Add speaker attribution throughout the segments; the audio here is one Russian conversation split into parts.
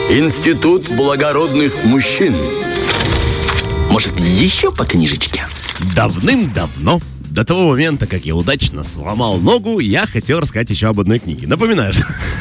Speaker 1: Институт благородных мужчин. Может, еще по книжечке?
Speaker 2: Давным-давно, до того момента, как я удачно сломал ногу, я хотел рассказать еще об одной книге. Напоминаю,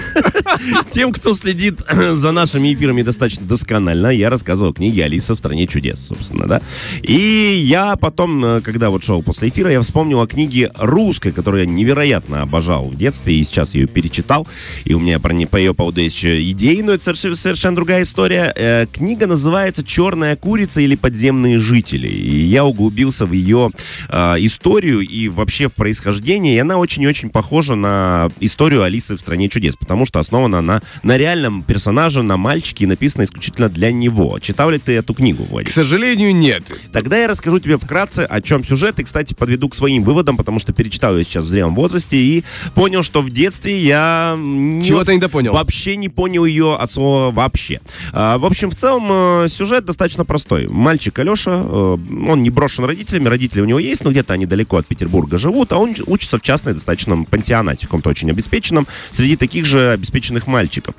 Speaker 2: тем, кто следит за нашими эфирами достаточно досконально, я рассказывал книги «Алиса в стране чудес», собственно, да. И я потом, когда вот шел после эфира, я вспомнил о книге русской, которую я невероятно обожал в детстве, и сейчас ее перечитал, и у меня по ее поводу есть еще идеи, но это совершенно другая история. Книга называется «Черная курица» или «Подземные жители», и я углубился в ее историю и вообще в происхождение, и она очень и очень похожа на историю «Алисы в стране чудес», потому что основана она на реальном персонаже, на мальчике, и написана исключительно для него. Читал ли ты эту книгу, Владимир?
Speaker 3: К сожалению, нет.
Speaker 2: Тогда я расскажу тебе вкратце, о чем сюжет, и, кстати, подведу к своим выводам, потому что перечитал ее сейчас в зрелом возрасте и понял, что в детстве я
Speaker 3: чего-то недопонял.
Speaker 2: Вообще не понял ее от слова «вообще». В общем, в целом, сюжет достаточно простой. Мальчик Алеша, он не брошен родителями, родители у него есть, но где-то они далеко от Петербурга живут, а он учится в частном достаточном пансионате, в каком-то очень обеспеченном, среди таких же обеспеченных мальчиков.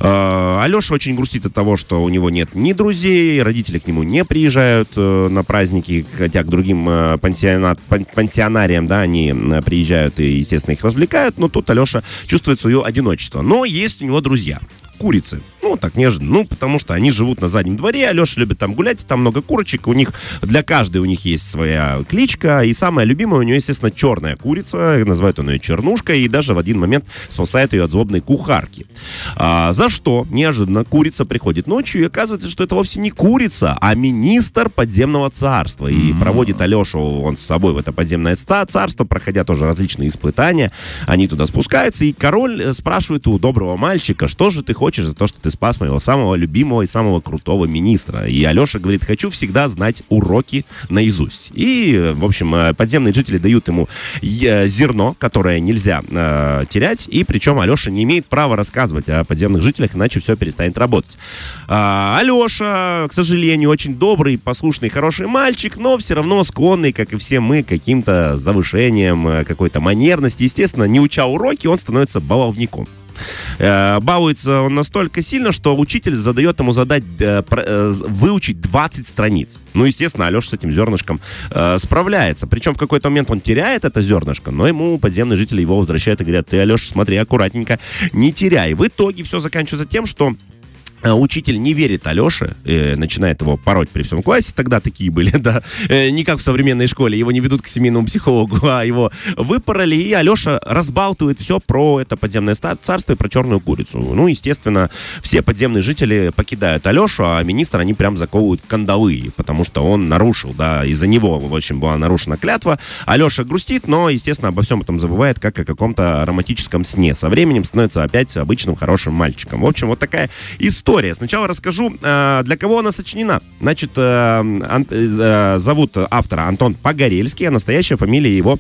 Speaker 2: Алеша очень грустит от того, что у него нет ни друзей, родители к нему не приезжают на праздники, хотя к другим пансионариям, да, они приезжают и, естественно, их развлекают, но тут Алеша чувствует свое одиночество. Но есть у него друзья. Курицы. Ну, так неожиданно. Ну, потому что они живут на заднем дворе, Алеша любит там гулять, там много курочек, у них, для каждой у них есть своя кличка, и самая любимая у нее, естественно, черная курица, называют он ее Чернушкой, и даже в один момент спасает ее от злобной кухарки. За что, неожиданно, курица приходит ночью, и оказывается, что это вовсе не курица, а министр подземного царства, и проводит Алешу он с собой в это подземное царство, проходя тоже различные испытания, они туда спускаются, и король спрашивает у доброго мальчика, что же ты хочешь за то, что ты спас моего самого любимого и самого крутого министра. И Алеша говорит, хочу всегда знать уроки наизусть. И, в общем, подземные жители дают ему зерно, которое нельзя терять, и причем Алеша не имеет права рассказывать о подземных жителях, иначе все перестанет работать. Алеша, к сожалению, очень добрый, послушный, хороший мальчик, но все равно склонный, как и все мы, к каким-то завышениям, какой-то манерности. Естественно, не уча уроки, он становится баловником. Балуется он настолько сильно, что учитель задает ему выучить 20 страниц. Ну, естественно, Алеша с этим зернышком справляется. Причем в какой-то момент он теряет это зернышко, но ему подземные жители его возвращают и говорят, ты, Алеша, смотри, аккуратненько, не теряй. В итоге все заканчивается тем, что учитель не верит Алёше, начинает его пороть при всем классе, тогда такие были, да, не как в современной школе, его не ведут к семейному психологу, а его выпороли, и Алёша разбалтывает все про это подземное царство и про черную курицу. Ну, естественно, все подземные жители покидают Алёшу, а министра они прям заковывают в кандалы, потому что он нарушил, да, из-за него, в общем, была нарушена клятва. Алёша грустит, но, естественно, обо всем этом забывает, как о каком-то романтическом сне. Со временем становится опять обычным хорошим мальчиком. В общем, вот такая история. Сначала расскажу, для кого она сочинена. Значит, зовут автора Антон Погорельский, а настоящая фамилия его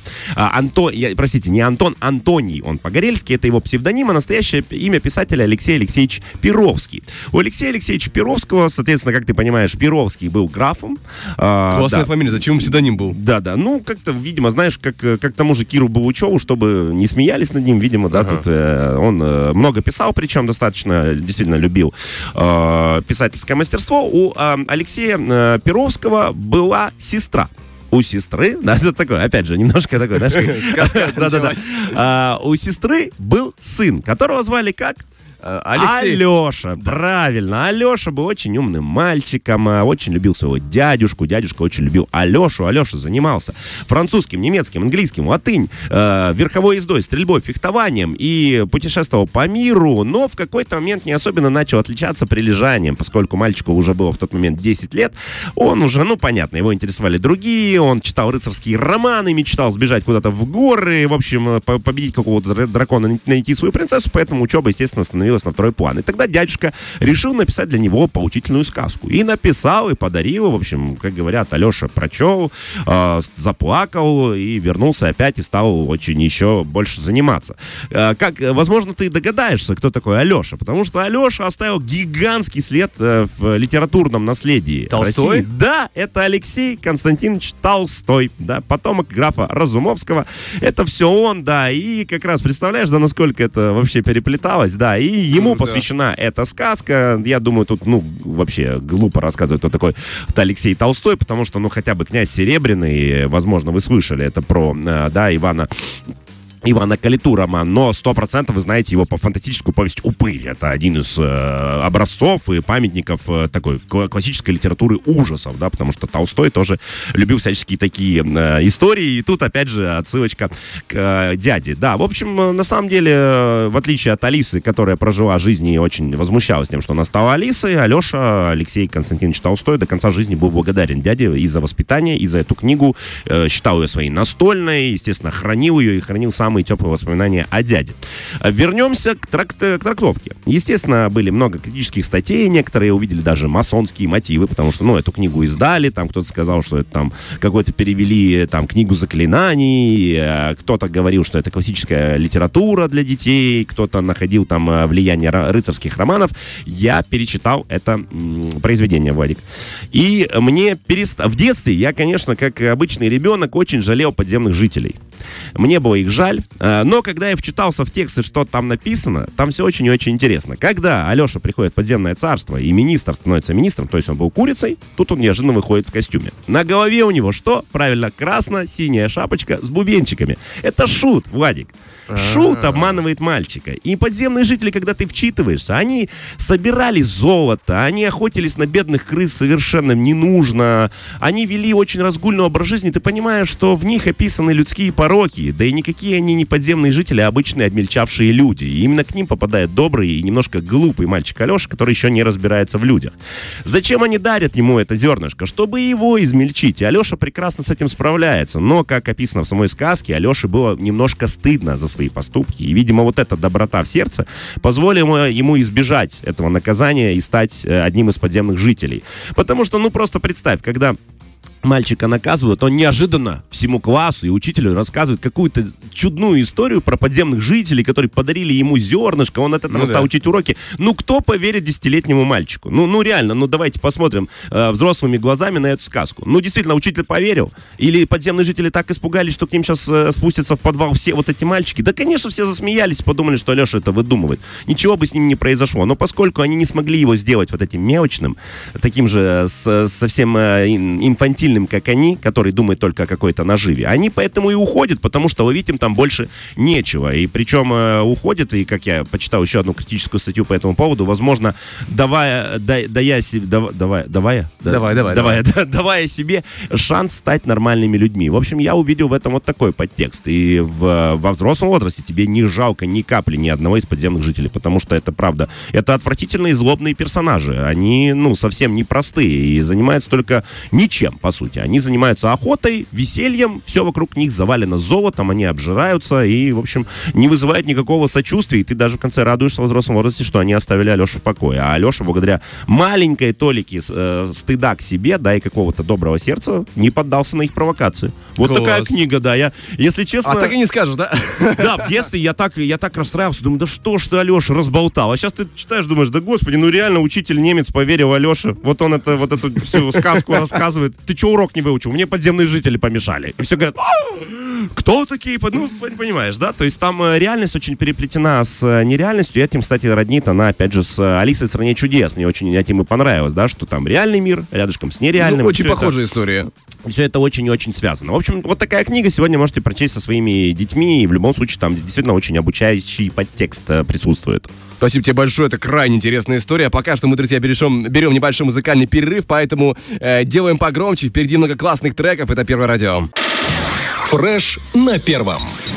Speaker 2: не Антон, Антоний. Он Погорельский, это его псевдоним, а настоящее имя писателя Алексей Алексеевич Перовский. У Алексея Алексеевича Перовского, соответственно, как ты понимаешь, Перовский был графом.
Speaker 3: Классная фамилия, зачем ему псевдоним был?
Speaker 2: Да, ну, как-то, видимо, знаешь, как тому же Киру Бабучеву, чтобы не смеялись над ним, видимо, да, тут он много писал, причем достаточно, действительно любил писательское мастерство. У Алексея Перовского была сестра. У сестры, да, это такое, опять же, немножко такое, знаешь, у сестры был сын, которого звали как?
Speaker 3: Алексей.
Speaker 2: Алеша, правильно. Алеша был очень умным мальчиком, очень любил своего дядюшку. Дядюшка очень любил Алешу. Алеша занимался французским, немецким, английским, латынь, верховой ездой, стрельбой, фехтованием и путешествовал по миру, но в какой-то момент не особенно начал отличаться прилежанием, поскольку мальчику уже было в тот момент 10 лет. Он уже, ну, понятно, его интересовали другие, он читал рыцарские романы, мечтал сбежать куда-то в горы, в общем, победить какого-то дракона, найти свою принцессу, поэтому учеба, естественно, становилась на второй план. И тогда дядюшка решил написать для него поучительную сказку. И написал, и подарил. В общем, как говорят, Алеша прочел, заплакал и вернулся опять и стал очень еще больше заниматься. Возможно, ты догадаешься, кто такой Алеша, потому что Алеша оставил гигантский след в литературном наследии
Speaker 3: Толстой?
Speaker 2: России. Да, это Алексей Константинович Толстой, да, потомок графа Разумовского. Это все он, да, и как раз представляешь, да, насколько это вообще переплеталось, да, и ему посвящена эта сказка. Я думаю, тут, вообще глупо рассказывать, кто такой Алексей Толстой, потому что, хотя бы «Князь Серебряный», возможно, вы слышали это про, Ивана Калиту роман, но 100% вы знаете его по фантастическую повесть «Упырь». Это один из образцов и памятников такой классической литературы ужасов, да, потому что Толстой тоже любил всяческие такие истории, и тут, опять же, отсылочка к дяде. Да, в общем, на самом деле, в отличие от Алисы, которая прожила жизнь и очень возмущалась тем, что она стала Алисой, Алеша Алексей Константинович Толстой до конца жизни был благодарен дяде и за воспитание, и за эту книгу, считал ее своей настольной, естественно, хранил ее и хранил самые теплые воспоминания о дяде. Вернемся к трактовке. Естественно, были много критических статей, некоторые увидели даже масонские мотивы, потому что, эту книгу издали, там кто-то сказал, что это там какой-то перевели там книгу заклинаний, кто-то говорил, что это классическая литература для детей, кто-то находил там влияние рыцарских романов. Я перечитал это произведение, Владик. И мне в детстве я, конечно, как обычный ребенок, очень жалел подземных жителей. Мне было их жаль, но когда я вчитался в тексты, что там написано, там все очень и очень интересно. Когда Алеша приходит в подземное царство, и министр становится министром, то есть он был курицей, тут он неожиданно выходит в костюме. На голове у него что? Правильно, красно-синяя шапочка с бубенчиками. Это шут, Владик. Шут обманывает мальчика. И подземные жители, когда ты вчитываешься, они собирали золото, они охотились на бедных крыс совершенно не нужно, они вели очень разгульный образ жизни. Ты понимаешь, что в них описаны людские пороки, да и никакие они не подземные жители, а обычные обмельчавшие люди. И именно к ним попадает добрый и немножко глупый мальчик Алеша, который еще не разбирается в людях. Зачем они дарят ему это зернышко? Чтобы его измельчить. И Алеша прекрасно с этим справляется. Но, как описано в самой сказке, Алеше было немножко стыдно за свои поступки. И, видимо, вот эта доброта в сердце позволила ему избежать этого наказания и стать одним из подземных жителей. Потому что, просто представь, когда мальчика наказывают, он неожиданно всему классу и учителю рассказывает какую-то чудную историю про подземных жителей, которые подарили ему зернышко, он от этого стал учить уроки. Кто поверит 10-летнему мальчику? Реально, давайте посмотрим взрослыми глазами на эту сказку. Действительно, учитель поверил? Или подземные жители так испугались, что к ним сейчас спустятся в подвал все вот эти мальчики? Да, конечно, все засмеялись, подумали, что Алеша это выдумывает. Ничего бы с ним не произошло. Но поскольку они не смогли его сделать вот этим мелочным, таким же совсем инфантильным, как они, которые думают только о какой-то наживе. Они поэтому и уходят, потому что ловить им там больше нечего. И причем уходят, и как я почитал еще одну критическую статью по этому поводу, возможно, давая себе шанс стать нормальными людьми. В общем, я увидел в этом вот такой подтекст. И во взрослом возрасте тебе не жалко ни капли ни одного из подземных жителей, потому что это правда. Это отвратительные злобные персонажи. Они, совсем непростые и занимаются только ничем, по сути. Они занимаются охотой, весельем, все вокруг них завалено золотом, они обжираются и, в общем, не вызывает никакого сочувствия, и ты даже в конце радуешься в взрослом возрасте, что они оставили Алешу в покое. А Алеша, благодаря маленькой толике стыда к себе, да, и какого-то доброго сердца, не поддался на их провокации. Вот класс. Такая книга, да. Я, если честно...
Speaker 3: А так и не скажешь, да?
Speaker 2: Да, в детстве я так расстраивался, думаю, да что ж ты, Алеша, разболтал. А сейчас ты читаешь, думаешь, да господи, реально учитель немец поверил Алеше, вот он эту всю сказку рассказывает. Ты что, урок не выучил? Мне подземные жители помешали. И все говорят, кто такие? Понимаешь, да? То есть там реальность очень переплетена с нереальностью. И этим, кстати, роднит она, опять же, с «Алисой в стране чудес». Мне очень этим и понравилось, да, что там реальный мир рядышком с нереальным.
Speaker 3: Очень похожая история.
Speaker 2: Все это очень и очень связано. В общем, вот такая книга сегодня можете прочесть со своими детьми. И в любом случае там действительно очень обучающий подтекст присутствует.
Speaker 3: Спасибо тебе большое, это крайне интересная история. Пока что мы, друзья, берем небольшой музыкальный перерыв, поэтому делаем погромче. Впереди много классных треков. Это Первое радио.
Speaker 4: Фреш на первом.